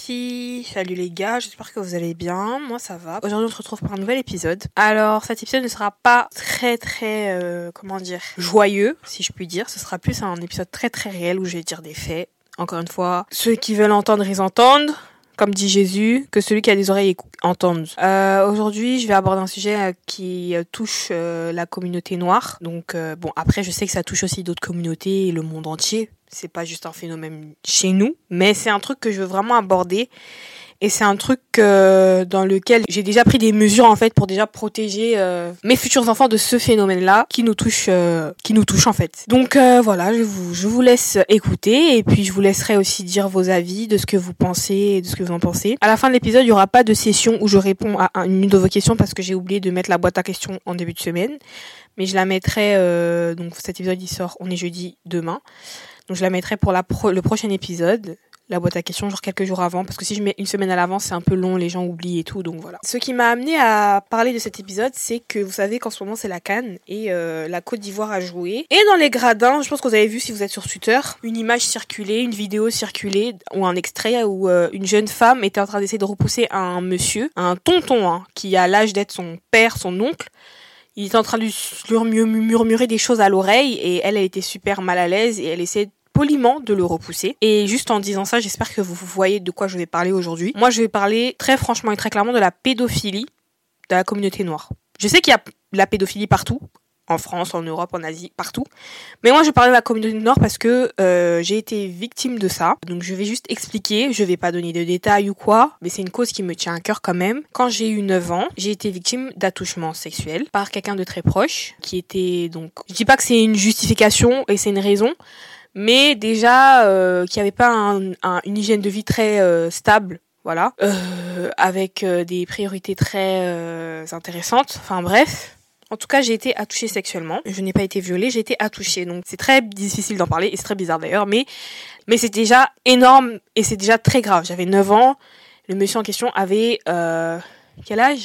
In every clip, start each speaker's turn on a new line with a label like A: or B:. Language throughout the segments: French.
A: filles, salut les gars, j'espère que vous allez bien, moi ça va. Aujourd'hui on se retrouve pour un nouvel épisode. Alors cet épisode ne sera pas très joyeux, si je puis dire. Ce sera plus un épisode très réel où je vais dire des faits. Encore une fois, ceux qui veulent entendre, ils entendent. Comme dit Jésus, que celui qui a des oreilles entende. Aujourd'hui, je vais aborder un sujet qui touche la communauté noire. Donc, après, je sais que ça touche aussi d'autres communautés et le monde entier. C'est pas juste un phénomène chez nous, mais c'est un truc que je veux vraiment aborder. Et c'est un truc dans lequel j'ai déjà pris des mesures en fait pour déjà protéger mes futurs enfants de ce phénomène-là qui nous touche en fait. Donc voilà, je vous laisse écouter et puis je vous laisserai aussi dire vos avis de ce que vous pensez et de ce que vous en pensez. À la fin de l'épisode, il y aura pas de session où je réponds à une de vos questions parce que j'ai oublié de mettre la boîte à questions en début de semaine. Mais je la mettrai donc cet épisode il sort, on est jeudi demain. Donc je la mettrai pour le prochain épisode. La boîte à questions genre quelques jours avant, parce que si je mets une semaine à l'avance c'est un peu long, les gens oublient et tout, donc voilà. Ce qui m'a amené à parler de cet épisode, c'est que vous savez qu'en ce moment c'est la CAN et la Côte d'Ivoire a joué. Et dans les gradins, je pense que vous avez vu si vous êtes sur Twitter, une image circulait, une vidéo circulait ou un extrait où une jeune femme était en train d'essayer de repousser un monsieur, un tonton qui a l'âge d'être son père, son oncle. Il était en train de lui murmurer des choses à l'oreille et elle était super mal à l'aise et elle essayait poliment de le repousser. Et juste en disant ça, j'espère que vous voyez de quoi je vais parler aujourd'hui. Moi, je vais parler très franchement et très clairement de la pédophilie de la communauté noire. Je sais qu'il y a de la pédophilie partout, en France, en Europe, en Asie, partout. Mais moi, je parle de la communauté noire parce que j'ai été victime de ça. Donc, je vais juste expliquer. Je vais pas donner de détails ou quoi, mais c'est une cause qui me tient à cœur quand même. Quand j'ai eu 9 ans, j'ai été victime d'attouchement sexuel par quelqu'un de très proche, qui était donc... Je dis pas que c'est une justification et c'est une raison, mais déjà qu'il n'y avait pas une hygiène de vie très stable, voilà, avec des priorités très intéressantes. Enfin bref, en tout cas j'ai été attouchée sexuellement. Je n'ai pas été violée, j'ai été attouchée. Donc c'est très difficile d'en parler et c'est très bizarre d'ailleurs, mais c'est déjà énorme et c'est déjà très grave. J'avais 9 ans, le monsieur en question avait quel âge ?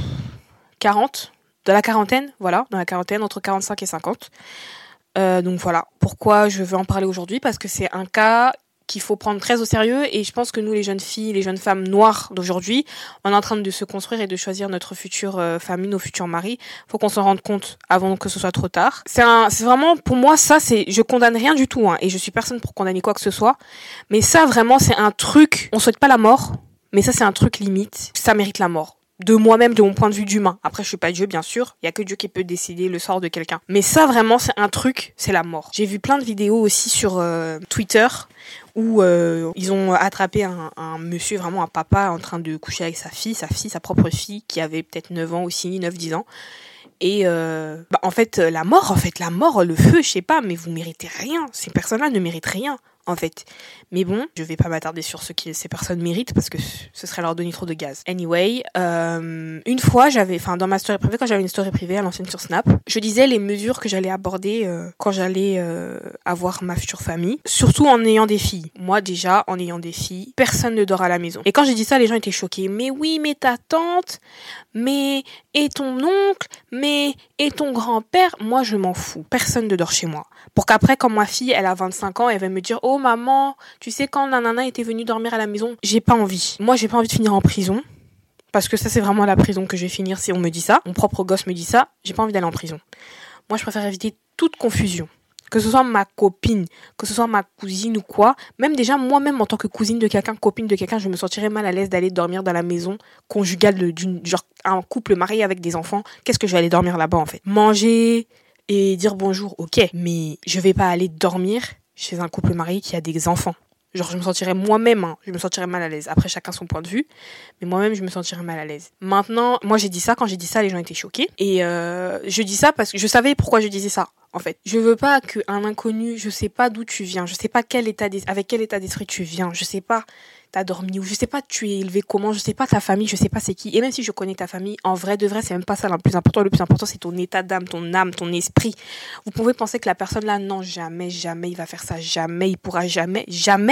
A: 40, de la quarantaine, voilà, dans la quarantaine, entre 45 et 50. Donc voilà, pourquoi je veux en parler aujourd'hui, parce que c'est un cas qu'il faut prendre très au sérieux et je pense que nous les jeunes filles, les jeunes femmes noires d'aujourd'hui, on est en train de se construire et de choisir notre future famille, nos futurs maris. Faut qu'on s'en rende compte avant que ce soit trop tard. C'est vraiment, pour moi, ça je condamne rien du tout, et je suis personne pour condamner quoi que ce soit, mais ça vraiment c'est un truc, on souhaite pas la mort, mais ça c'est un truc limite, ça mérite la mort. De moi-même, de mon point de vue d'humain. Après, je suis pas Dieu, bien sûr. Il y a que Dieu qui peut décider le sort de quelqu'un. Mais ça, vraiment, c'est un truc, c'est la mort. J'ai vu plein de vidéos aussi sur Twitter où ils ont attrapé un monsieur, vraiment un papa, en train de coucher avec sa propre fille, qui avait peut-être 9 ans aussi, 9-10 ans. Et en fait, la mort, le feu, je sais pas, mais vous méritez rien. Ces personnes-là ne méritent rien, en fait. Mais bon, je vais pas m'attarder sur ce que ces personnes méritent parce que ce serait leur donner trop de gaz. Anyway, une fois, dans ma story privée, quand j'avais une story privée à l'ancienne sur Snap, je disais les mesures que j'allais aborder quand j'allais avoir ma future famille, surtout en ayant des filles. Moi, déjà, en ayant des filles, personne ne dort à la maison. Et quand j'ai dit ça, les gens étaient choqués. Mais oui, mais ta tante, mais et ton oncle, mais et ton grand-père, moi je m'en fous. Personne ne dort chez moi. Pour qu'après, quand ma fille, elle a 25 ans, elle va me dire « Oh maman, tu sais quand nanana était venue dormir à la maison ?» J'ai pas envie. Moi, j'ai pas envie de finir en prison. Parce que ça, c'est vraiment la prison que je vais finir si on me dit ça. Mon propre gosse me dit ça. J'ai pas envie d'aller en prison. Moi, je préfère éviter toute confusion. Que ce soit ma copine, que ce soit ma cousine ou quoi. Même déjà, moi-même, en tant que cousine de quelqu'un, copine de quelqu'un, je me sentirais mal à l'aise d'aller dormir dans la maison conjugale genre un couple marié avec des enfants. Qu'est-ce que je vais aller dormir là-bas, en fait? Manger et dire bonjour, ok. Mais je vais pas aller dormir chez un couple marié qui a des enfants. Genre, je me sentirais moi-même, je me sentirais mal à l'aise. Après, chacun son point de vue. Mais moi-même, je me sentirais mal à l'aise. Maintenant, moi, j'ai dit ça. Quand j'ai dit ça, les gens étaient choqués. Et je dis ça parce que je savais pourquoi je disais ça, en fait. Je veux pas qu'un inconnu, je sais pas d'où tu viens. Je sais pas avec quel état d'esprit tu viens. Je sais pas t'as dormi où. Je sais pas tu es élevé comment. Je sais pas ta famille. Je sais pas c'est qui. Et même si je connais ta famille, en vrai de vrai, c'est même pas ça le plus important. Le plus important, c'est ton état d'âme, ton âme, ton esprit. Vous pouvez penser que la personne là, non, jamais il va faire ça. Jamais, il pourra jamais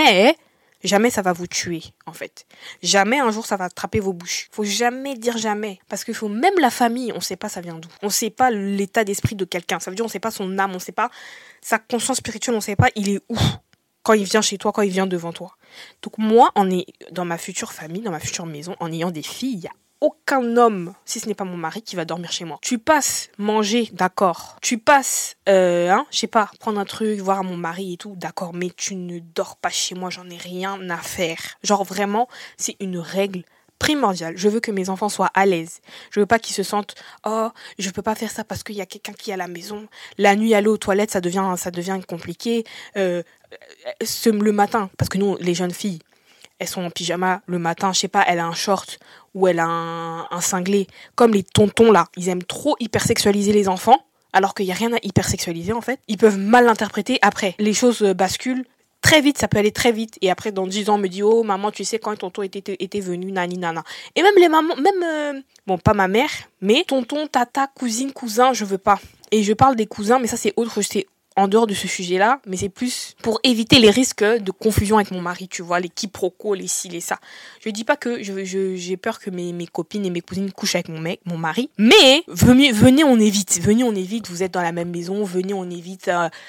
A: ça va vous tuer, en fait. Jamais un jour ça va attraper vos bouches. Faut jamais dire jamais. Parce que même la famille, on sait pas ça vient d'où. On sait pas l'état d'esprit de quelqu'un. Ça veut dire on sait pas son âme, on sait pas sa conscience spirituelle, on sait pas il est où. Quand il vient chez toi, quand il vient devant toi. Donc moi, dans ma future famille, dans ma future maison, en ayant des filles, il y a aucun homme, si ce n'est pas mon mari, qui va dormir chez moi. Tu passes manger, d'accord. Tu passes, je sais pas, prendre un truc, voir mon mari et tout, d'accord. Mais tu ne dors pas chez moi, j'en ai rien à faire. Genre vraiment, c'est une règle primordiale. Je veux que mes enfants soient à l'aise. Je veux pas qu'ils se sentent, oh, je peux pas faire ça parce qu'il y a quelqu'un qui est à la maison. La nuit, aller aux toilettes, ça devient compliqué. Le matin, parce que nous, les jeunes filles, elles sont en pyjama le matin, je sais pas, elle a un short ou elle a un cinglé. Comme les tontons là, ils aiment trop hypersexualiser les enfants, alors qu'il y a rien à hypersexualiser en fait. Ils peuvent mal l'interpréter après. Les choses basculent très vite, ça peut aller très vite. Et après, dans 10 ans, on me dit, oh maman, tu sais quand tonton était venu, nani nana. Et même les mamans, bon, pas ma mère, mais tonton, tata, cousine, cousin, je veux pas. Et je parle des cousins, mais ça c'est autre, c'est en dehors de ce sujet-là, mais c'est plus pour éviter les risques de confusion avec mon mari, tu vois, les quiproquos, les ci, les ça. Je dis pas que j'ai peur que mes copines et mes cousines couchent avec mon mari, mais venez, on évite, vous êtes dans la même maison, venez, on évite,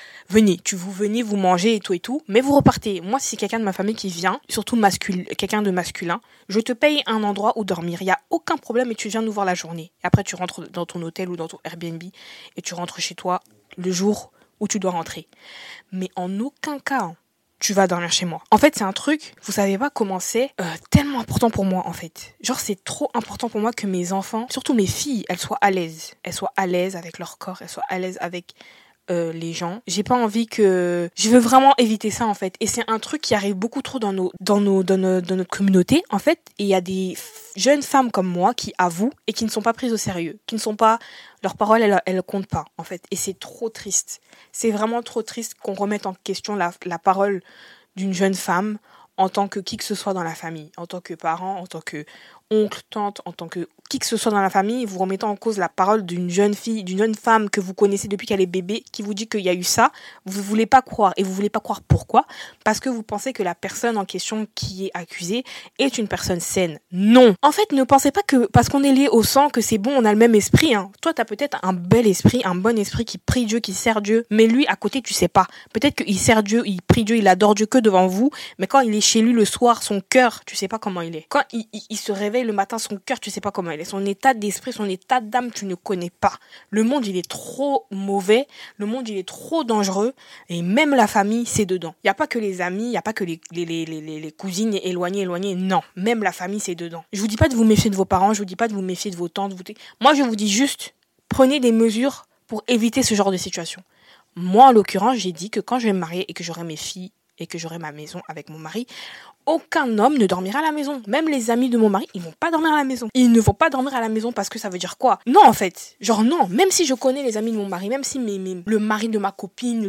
A: venez, vous mangez et tout, mais vous repartez. Moi, si c'est quelqu'un de ma famille qui vient, surtout quelqu'un de masculin, je te paye un endroit où dormir, il y a aucun problème et tu viens nous voir la journée. Et après, tu rentres dans ton hôtel ou dans ton Airbnb et tu rentres chez toi le jour où tu dois rentrer. Mais en aucun cas, tu vas dormir chez moi. En fait, c'est un truc, vous savez pas comment c'est tellement important pour moi, en fait. Genre, c'est trop important pour moi que mes enfants, surtout mes filles, elles soient à l'aise. Elles soient à l'aise avec leur corps, elles soient à l'aise avec les gens. J'ai pas envie que... Je veux vraiment éviter ça, en fait. Et c'est un truc qui arrive beaucoup trop dans notre communauté, en fait. Et il y a des jeunes femmes comme moi qui avouent et qui ne sont pas prises au sérieux, qui ne sont pas... Leurs paroles, elles comptent pas, en fait. Et c'est trop triste. C'est vraiment trop triste qu'on remette en question la parole d'une jeune femme en tant que qui que ce soit dans la famille, en tant que parent, en tant que oncle, tante, en tant que qui que ce soit dans la famille, vous remettez en cause la parole d'une jeune fille, d'une jeune femme que vous connaissez depuis qu'elle est bébé, qui vous dit qu'il y a eu ça, vous voulez pas croire. Et vous voulez pas croire pourquoi? Parce que vous pensez que la personne en question qui est accusée est une personne saine. Non. En fait, ne pensez pas que parce qu'on est lié au sang que c'est bon, on a le même esprit, hein. Toi, t'as peut-être un bel esprit, un bon esprit qui prie Dieu, qui sert Dieu, mais lui, à côté, tu sais pas. Peut-être qu'il sert Dieu, il prie Dieu, il adore Dieu que devant vous, mais quand il est chez lui le soir, son cœur, tu sais pas comment il est. Quand il se réveille le matin, son cœur, tu sais pas comment il est. Son état d'esprit, son état d'âme, tu ne connais pas. Le monde, il est trop mauvais. Le monde, il est trop dangereux. Et même la famille, c'est dedans. Il n'y a pas que les amis, il n'y a pas que les cousines éloignées. Non. Même la famille, c'est dedans. Je vous dis pas de vous méfier de vos parents. Je vous dis pas de vous méfier de vos tantes. Moi, je vous dis juste, prenez des mesures pour éviter ce genre de situation. Moi, en l'occurrence, j'ai dit que quand je vais me marier et que j'aurai mes filles et que j'aurai ma maison avec mon mari, aucun homme ne dormira à la maison. Même les amis de mon mari, ils vont pas dormir à la maison. Ils ne vont pas dormir à la maison parce que ça veut dire quoi? Non, en fait. Genre, non. Même si je connais les amis de mon mari, même si le mari de ma copine,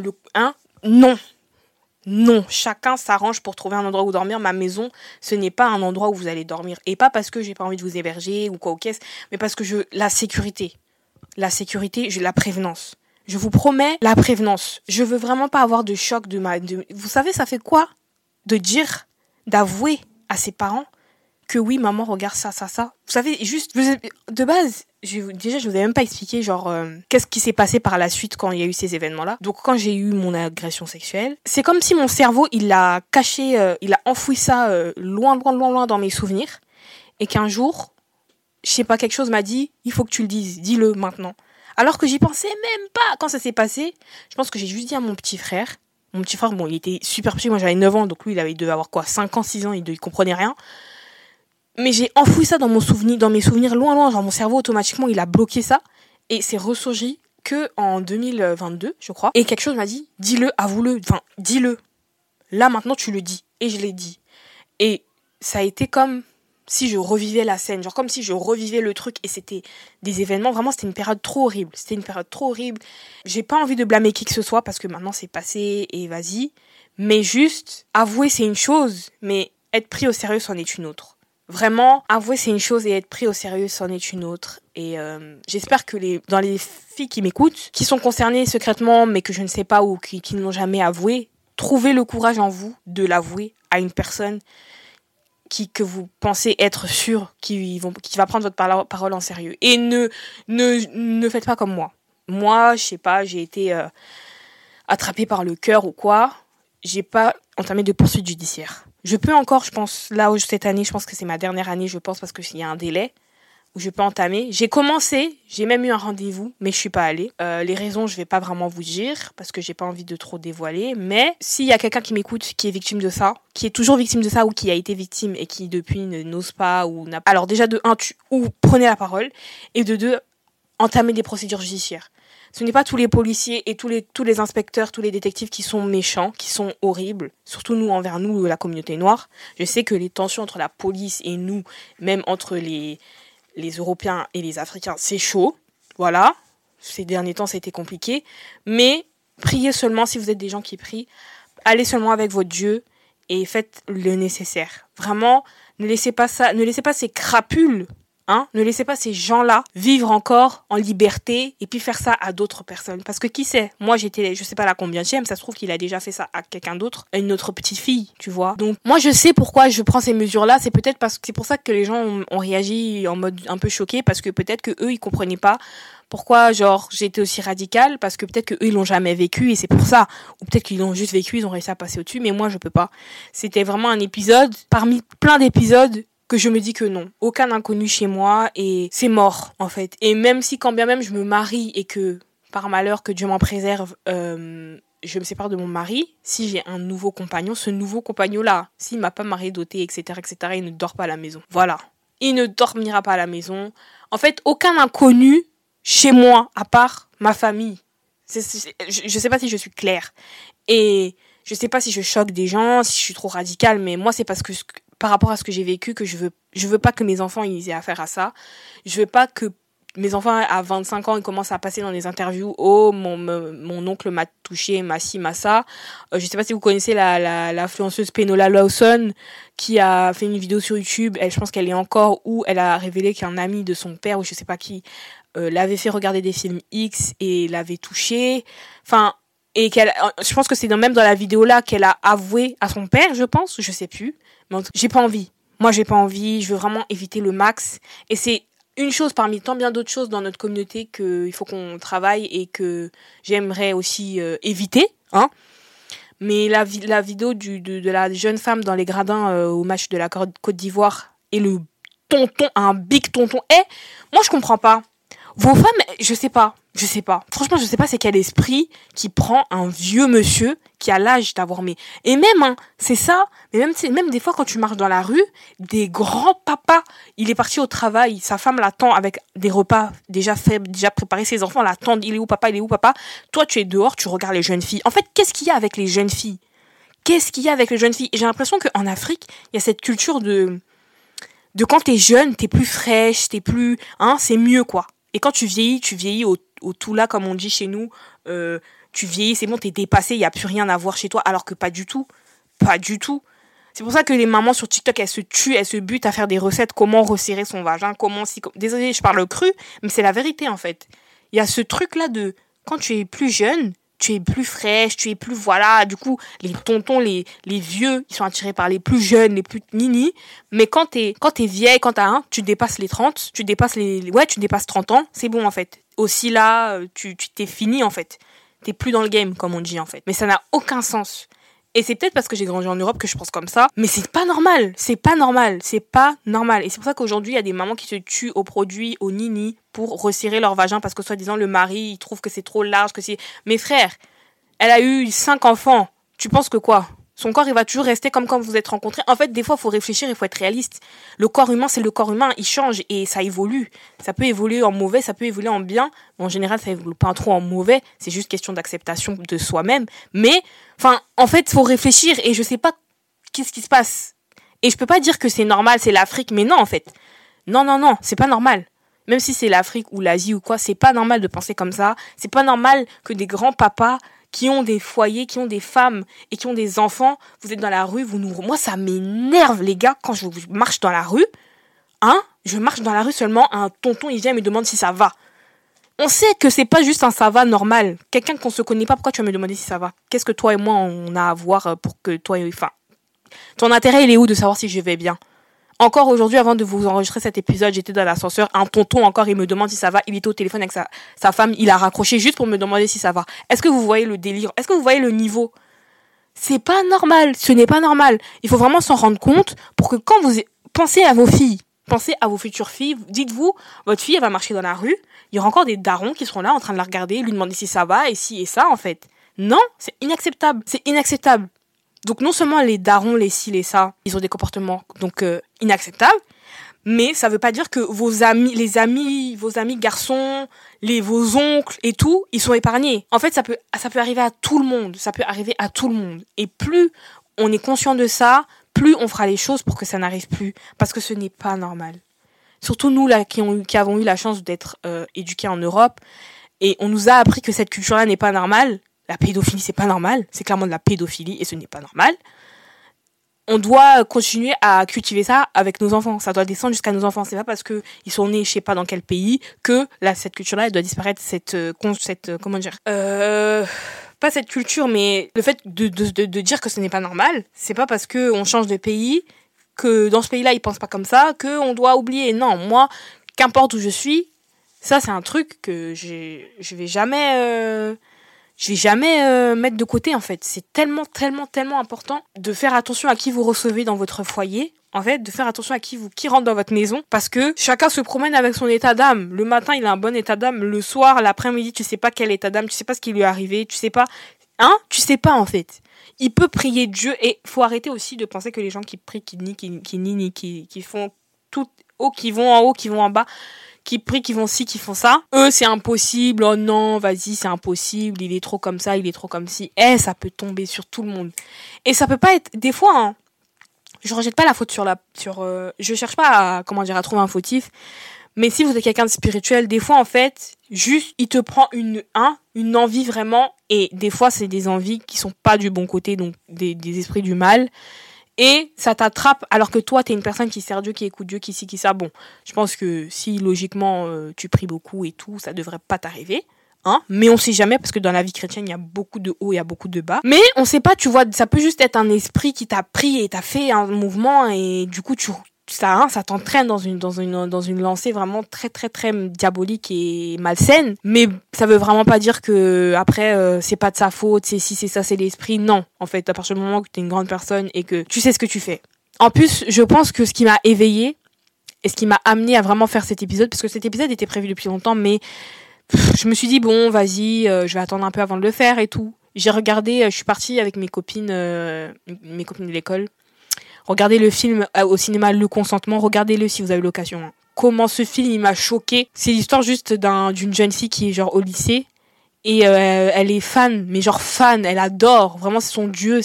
A: non. Non. Chacun s'arrange pour trouver un endroit où dormir. Ma maison, ce n'est pas un endroit où vous allez dormir. Et pas parce que j'ai pas envie de vous héberger ou quoi au caisse, mais parce que la sécurité, la prévenance. Je vous promets la prévenance. Je veux vraiment pas avoir de choc vous savez, ça fait quoi? D'avouer à ses parents que oui, maman, regarde ça. Vous savez, juste, de base, je vous avais même pas expliqué, qu'est-ce qui s'est passé par la suite quand il y a eu ces événements-là. Donc, quand j'ai eu mon agression sexuelle, c'est comme si mon cerveau, il a caché, il a enfoui ça loin dans mes souvenirs. Et qu'un jour, je sais pas, quelque chose m'a dit, il faut que tu le dises, dis-le maintenant. Alors que j'y pensais même pas quand ça s'est passé. Je pense que j'ai juste dit à mon petit frère. Mon petit frère, bon, il était super petit. Moi, j'avais 9 ans. Donc, lui, il devait avoir 5 ans, 6 ans. Il comprenait rien. Mais j'ai enfoui ça dans mes souvenirs loin. Genre, mon cerveau, automatiquement, il a bloqué ça. Et c'est ressurgi que en 2022, je crois. Et quelque chose m'a dit, dis-le, avoue-le. Enfin, dis-le. Là, maintenant, tu le dis. Et je l'ai dit. Et ça a été comme si je revivais la scène, genre comme si je revivais le truc et c'était des événements, vraiment c'était une période trop horrible, j'ai pas envie de blâmer qui que ce soit parce que maintenant c'est passé et vas-y, mais juste avouer c'est une chose, mais être pris au sérieux c'en est une autre. Vraiment, avouer c'est une chose et être pris au sérieux c'en est une autre. Et j'espère que dans les filles qui m'écoutent, qui sont concernées secrètement mais que je ne sais pas ou qui ne l'ont jamais avoué, trouvez le courage en vous de l'avouer à une personne que vous pensez être sûr qui va prendre votre parole en sérieux. Et ne faites pas comme moi. Moi, je sais pas, j'ai été attrapée par le cœur ou quoi. J'ai pas entamé de poursuite judiciaire. Je peux encore, je pense, là où cette année, je pense que c'est ma dernière année, je pense, parce qu'il y a un délai où je peux entamer. J'ai commencé, j'ai même eu un rendez-vous, mais je suis pas allée. Les raisons, je vais pas vraiment vous dire, parce que j'ai pas envie de trop dévoiler. Mais s'il y a quelqu'un qui m'écoute, qui est victime de ça, qui est toujours victime de ça, ou qui a été victime et qui depuis n'ose pas, ou n'a pas... Alors déjà, de un, ou prenez la parole, et de deux, entamez des procédures judiciaires. Ce n'est pas tous les policiers et tous les inspecteurs, tous les détectives qui sont méchants, qui sont horribles, surtout nous, envers nous, la communauté noire. Je sais que les tensions entre la police et nous, même entre les Européens et les Africains, c'est chaud. Voilà. Ces derniers temps, ça a été compliqué. Mais priez seulement, si vous êtes des gens qui prient, allez seulement avec votre Dieu et faites le nécessaire. Vraiment, ne laissez pas ces crapules, ne laissez pas ces gens-là vivre encore en liberté et puis faire ça à d'autres personnes. Parce que qui sait, moi je sais pas la combienième, ça se trouve qu'il a déjà fait ça à quelqu'un d'autre, à une autre petite fille, tu vois. Donc moi je sais pourquoi je prends ces mesures-là, c'est peut-être parce que c'est pour ça que les gens ont réagi en mode un peu choqué, parce que peut-être que eux ils comprenaient pas pourquoi j'étais aussi radicale, parce que peut-être que eux ils l'ont jamais vécu et c'est pour ça, ou peut-être qu'ils l'ont juste vécu, ils ont réussi à passer au-dessus, mais moi je peux pas. C'était vraiment un épisode parmi plein d'épisodes que je me dis que non, aucun inconnu chez moi et c'est mort en fait. Et même si quand bien même je me marie et que par malheur que Dieu m'en préserve, je me sépare de mon mari, si j'ai un nouveau compagnon, ce nouveau compagnon-là, s'il m'a pas marié, doté, etc., il ne dort pas à la maison. Voilà. Il ne dormira pas à la maison. En fait, aucun inconnu chez moi, à part ma famille. Je sais pas si je suis claire. Et je sais pas si je choque des gens, si je suis trop radicale, mais moi, c'est parce que par rapport à ce que j'ai vécu, que je veux pas que mes enfants ils aient affaire à ça. Je veux pas que mes enfants à 25 ans ils commencent à passer dans des interviews. Oh, mon oncle m'a touché, m'a ci, m'a ça. Je sais pas si vous connaissez l'influenceuse Penola Lawson qui a fait une vidéo sur YouTube. Je pense qu'elle est encore, où elle a révélé qu'un ami de son père ou je sais pas qui l'avait fait regarder des films X et l'avait touché. Enfin, et je pense que c'est même dans la vidéo là qu'elle a avoué à son père, je pense, je sais plus. Mais j'ai pas envie. Moi, j'ai pas envie. Je veux vraiment éviter le max. Et c'est une chose parmi tant bien d'autres choses dans notre communauté qu'il faut qu'on travaille et que j'aimerais aussi éviter. Mais la vidéo de la jeune femme dans les gradins au match de la Côte d'Ivoire et le tonton, un big tonton. Moi, je comprends pas. Vos femmes, je sais pas. Franchement, je sais pas c'est quel esprit qui prend un vieux monsieur qui a l'âge d'avoir et même, c'est ça. Mais même des fois quand tu marches dans la rue, des grands papas, il est parti au travail, sa femme l'attend avec des repas déjà faits, déjà préparés, ses enfants l'attendent, il est où papa? Toi, tu es dehors, tu regardes les jeunes filles. En fait, qu'est-ce qu'il y a avec les jeunes filles? Et j'ai l'impression qu'en Afrique, il y a cette culture de quand t'es jeune, t'es plus fraîche, t'es plus, c'est mieux, quoi. Et quand tu vieillis au tout là, comme on dit chez nous, tu vieillis, c'est bon, t'es dépassé, il n'y a plus rien à voir chez toi, alors que pas du tout. Pas du tout. C'est pour ça que les mamans sur TikTok, elles se tuent, elles se butent à faire des recettes, comment resserrer son vagin, désolée, je parle cru, mais c'est la vérité, en fait. Il y a ce truc-là de, quand tu es plus jeune, tu es plus fraîche, tu es plus, voilà, du coup, les tontons, les vieux, ils sont attirés par les plus jeunes, les plus nini, mais quand t'es vieille, tu dépasses les 30, tu dépasses 30 ans, c'est bon, en fait. Aussi là, tu t'es fini, en fait. T'es plus dans le game, comme on dit, en fait. Mais ça n'a aucun sens. Et c'est peut-être parce que j'ai grandi en Europe que je pense comme ça, mais c'est pas normal. Et c'est pour ça qu'aujourd'hui, il y a des mamans qui se tuent aux produits, aux nini, pour resserrer leur vagin, parce que soi-disant, le mari, il trouve que c'est trop large, Mes frères, elle a eu 5 enfants. Tu penses que quoi? Son corps, il va toujours rester comme quand vous vous êtes rencontrés. En fait, des fois, il faut réfléchir, il faut être réaliste. Le corps humain, c'est le corps humain. Il change et ça évolue. Ça peut évoluer en mauvais, ça peut évoluer en bien. En général, ça évolue pas trop en mauvais. C'est juste question d'acceptation de soi-même. Mais, en fait, il faut réfléchir et je sais pas qu'est-ce qui se passe. Et je peux pas dire que c'est normal, c'est l'Afrique. Mais non, en fait. Non, c'est pas normal. Même si c'est l'Afrique ou l'Asie ou quoi, c'est pas normal de penser comme ça. C'est pas normal que des grands papas qui ont des foyers, qui ont des femmes et qui ont des enfants, vous êtes dans la rue, moi ça m'énerve les gars quand je marche dans la rue, je marche dans la rue seulement, un tonton il vient et me demande si ça va. On sait que c'est pas juste un ça va normal. Quelqu'un qu'on se connaît pas, pourquoi tu vas me demander si ça va? Qu'est-ce que toi et moi on a à voir pour que toi, ton intérêt il est où de savoir si je vais bien? Encore aujourd'hui, avant de vous enregistrer cet épisode, j'étais dans l'ascenseur, un tonton encore, il me demande si ça va, il était au téléphone avec sa femme, il a raccroché juste pour me demander si ça va. Est-ce que vous voyez le délire? Est-ce que vous voyez le niveau? C'est pas normal. Ce n'est pas normal. Il faut vraiment s'en rendre compte pour que quand vous pensez à vos filles, pensez à vos futures filles, dites-vous, votre fille, elle va marcher dans la rue, il y aura encore des darons qui seront là en train de la regarder, lui demander si ça va et si et ça, en fait. Non, c'est inacceptable. C'est inacceptable. Donc, non seulement les darons, les ci, les ça, ils ont des comportements, donc, inacceptables, mais ça veut pas dire que vos amis garçons, vos oncles et tout, ils sont épargnés. En fait, ça peut arriver à tout le monde. Ça peut arriver à tout le monde. Et plus on est conscient de ça, plus on fera les choses pour que ça n'arrive plus. Parce que ce n'est pas normal. Surtout nous, là, qui avons eu la chance d'être éduqués en Europe. Et on nous a appris que cette culture-là n'est pas normale. La pédophilie, c'est pas normal. C'est clairement de la pédophilie et ce n'est pas normal. On doit continuer à cultiver ça avec nos enfants. Ça doit descendre jusqu'à nos enfants. C'est pas parce que ils sont nés, je sais pas dans quel pays, que là, cette culture-là, elle doit disparaître. Comment dire, pas cette culture, mais le fait de dire que ce n'est pas normal. C'est pas parce que on change de pays que dans ce pays-là, ils pensent pas comme ça, que on doit oublier. Non, moi, qu'importe où je suis, ça, c'est un truc que je vais jamais mettre de côté, en fait. C'est tellement important de faire attention à qui vous recevez dans votre foyer, en fait, de faire attention à qui rentre dans votre maison, parce que chacun se promène avec son état d'âme. Le matin, il a un bon état d'âme, le soir, l'après-midi, tu sais pas quel état d'âme, tu sais pas ce qui lui est arrivé, tu sais pas, tu sais pas, en fait. Il peut prier Dieu, et faut arrêter aussi de penser que les gens qui prient, qui nient, qui font tout, qui vont en haut, qui vont en bas, qui prient, qui vont ci, qui font ça. Eux, c'est impossible. Oh non, vas-y, c'est impossible. Il est trop comme ça, il est trop comme ci. Ça peut tomber sur tout le monde. Et ça peut pas être, des fois, je rejette pas la faute je cherche pas à trouver un fautif. Mais si vous êtes quelqu'un de spirituel, des fois, en fait, juste, il te prend une envie vraiment. Et des fois, c'est des envies qui sont pas du bon côté, donc des esprits du mal. Et ça t'attrape alors que toi, t'es une personne qui sert Dieu, qui écoute Dieu, qui ci, qui ça. Bon, je pense que si logiquement tu pries beaucoup et tout, ça devrait pas t'arriver. Mais on sait jamais parce que dans la vie chrétienne, il y a beaucoup de hauts, il y a beaucoup de bas. Mais on sait pas, tu vois, ça peut juste être un esprit qui t'a pris et t'a fait un mouvement et du coup, ça t'entraîne dans une lancée vraiment très très très diabolique et malsaine, mais ça veut vraiment pas dire que après c'est pas de sa faute, c'est ça, c'est l'esprit. Non, en fait, à partir du moment que t'es une grande personne et que tu sais ce que tu fais. En plus, je pense que ce qui m'a éveillée et ce qui m'a amené à vraiment faire cet épisode, parce que cet épisode était prévu depuis longtemps, mais je me suis dit bon, vas-y, je vais attendre un peu avant de le faire et tout. J'ai regardé, je suis partie avec mes copines de l'école. Regardez le film au cinéma Le Consentement, regardez-le si vous avez l'occasion. Comment ce film, il m'a choquée. C'est l'histoire juste d'une jeune fille qui est genre au lycée et elle est fan, mais genre fan, elle adore, vraiment c'est son dieu,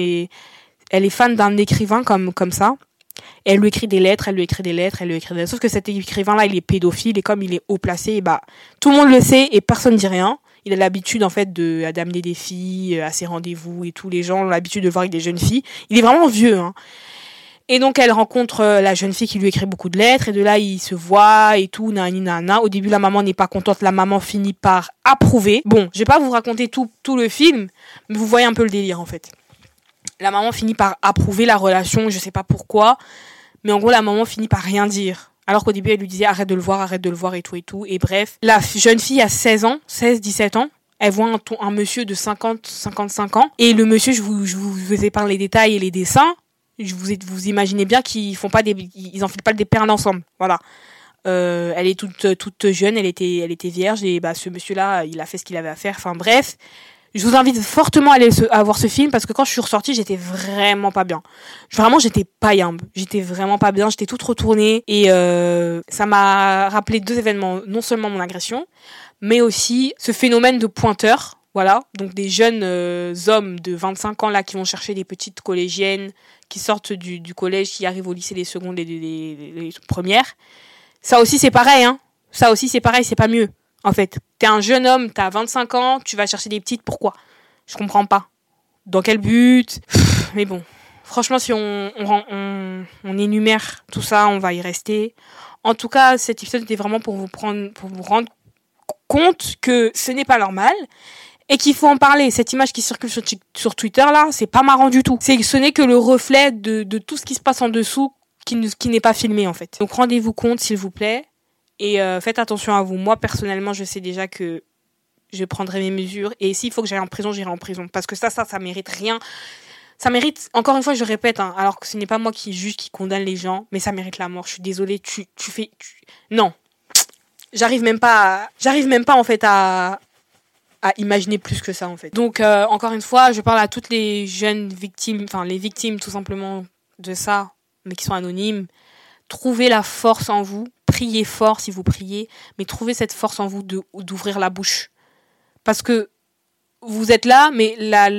A: elle est fan d'un écrivain comme ça. Et elle lui écrit des lettres, sauf que cet écrivain-là, il est pédophile et comme il est haut placé, tout le monde le sait et personne ne dit rien. Il a l'habitude, en fait, d'amener des filles à ses rendez-vous et tous les gens ont l'habitude de voir avec des jeunes filles. Il est vraiment vieux, Et donc, elle rencontre la jeune fille qui lui écrit beaucoup de lettres et de là, ils se voient et tout, nanana. Au début, la maman n'est pas contente, la maman finit par approuver. Bon, je vais pas vous raconter tout le film, mais vous voyez un peu le délire, en fait. La maman finit par approuver la relation, je sais pas pourquoi, mais en gros, la maman finit par rien dire. Alors qu'au début, elle lui disait arrête de le voir et tout. Et bref, la jeune fille a 17 ans. Elle voit un monsieur de 55 ans. Et le monsieur, je vous épargne les détails et les dessins. Vous imaginez bien qu'ils enfilent pas des perles ensemble. Voilà. Elle est toute jeune, elle était vierge et ce monsieur-là, il a fait ce qu'il avait à faire. Enfin bref. Je vous invite fortement à voir ce film parce que quand je suis ressortie, j'étais vraiment pas bien. Vraiment, j'étais paillambe. J'étais vraiment pas bien. J'étais toute retournée et ça m'a rappelé 2 événements. Non seulement mon agression, mais aussi ce phénomène de pointeur. Voilà. Donc des jeunes hommes de 25 ans là qui vont chercher des petites collégiennes qui sortent du collège, qui arrivent au lycée, les secondes et les premières. Ça aussi, c'est pareil, Ça aussi, c'est pareil, c'est pas mieux. En fait, t'es un jeune homme, t'as 25 ans, tu vas chercher des petites, pourquoi ? Je comprends pas. Dans quel but ? Mais bon, franchement, si on énumère tout ça, on va y rester. En tout cas, cet épisode était vraiment pour vous rendre compte que ce n'est pas normal et qu'il faut en parler. Cette image qui circule sur Twitter, là, c'est pas marrant du tout. Ce n'est que le reflet de tout ce qui se passe en dessous qui n'est pas filmé, en fait. Donc, rendez-vous compte, s'il vous plaît. Et faites attention à vous. Moi, personnellement, je sais déjà que je prendrai mes mesures. Et s'il faut que j'aille en prison, j'irai en prison. Parce que ça mérite rien. Ça mérite, encore une fois, je répète, alors que ce n'est pas moi qui juge, qui condamne les gens, mais ça mérite la mort. Je suis désolée, non. J'arrive même pas en fait à imaginer plus que ça en fait. Donc encore une fois, je parle à toutes les jeunes victimes, enfin les victimes tout simplement de ça, mais qui sont anonymes. Trouvez la force en vous, priez fort si vous priez, mais trouvez cette force en vous d'ouvrir la bouche. Parce que vous êtes là, mais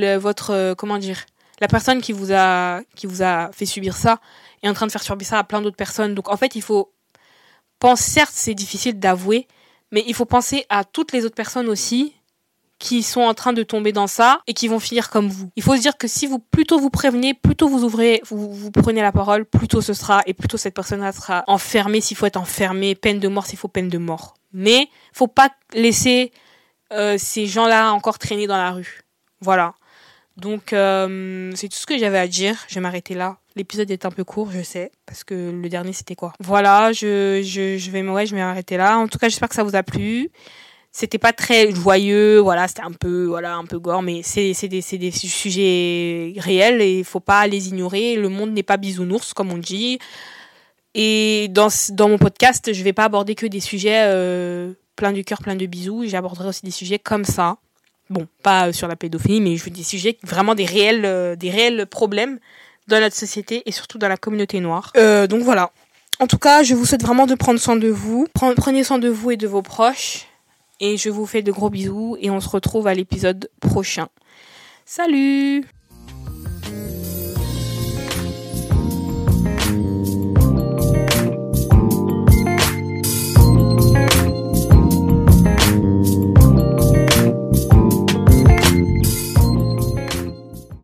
A: la personne qui vous a fait subir ça est en train de faire subir ça à plein d'autres personnes. Donc en fait, il faut penser, certes c'est difficile d'avouer, mais il faut penser à toutes les autres personnes aussi qui sont en train de tomber dans ça et qui vont finir comme vous. Il faut se dire que si plus tôt vous prévenez, plus tôt vous ouvrez, vous prenez la parole, plus tôt ce sera, et plus tôt cette personne-là sera enfermée s'il faut être enfermée, peine de mort s'il faut peine de mort. Mais faut pas laisser ces gens-là encore traîner dans la rue. Voilà. Donc c'est tout ce que j'avais à dire. Je vais m'arrêter là. L'épisode est un peu court, je sais, parce que le dernier c'était quoi. Voilà, je vais m'arrêter là. En tout cas, j'espère que ça vous a plu. C'était pas très joyeux, voilà, c'était un peu gore, mais c'est des sujets réels et il faut pas les ignorer. Le monde n'est pas bisounours, comme on dit. Et dans mon podcast, je vais pas aborder que des sujets plein du cœur, plein de bisous. J'aborderai aussi des sujets comme ça. Bon, pas sur la pédophilie, mais je veux des sujets vraiment des réels problèmes dans notre société et surtout dans la communauté noire. Donc voilà. En tout cas, je vous souhaite vraiment de prendre soin de vous. Prenez soin de vous et de vos proches. Et je vous fais de gros bisous et on se retrouve à l'épisode prochain. Salut!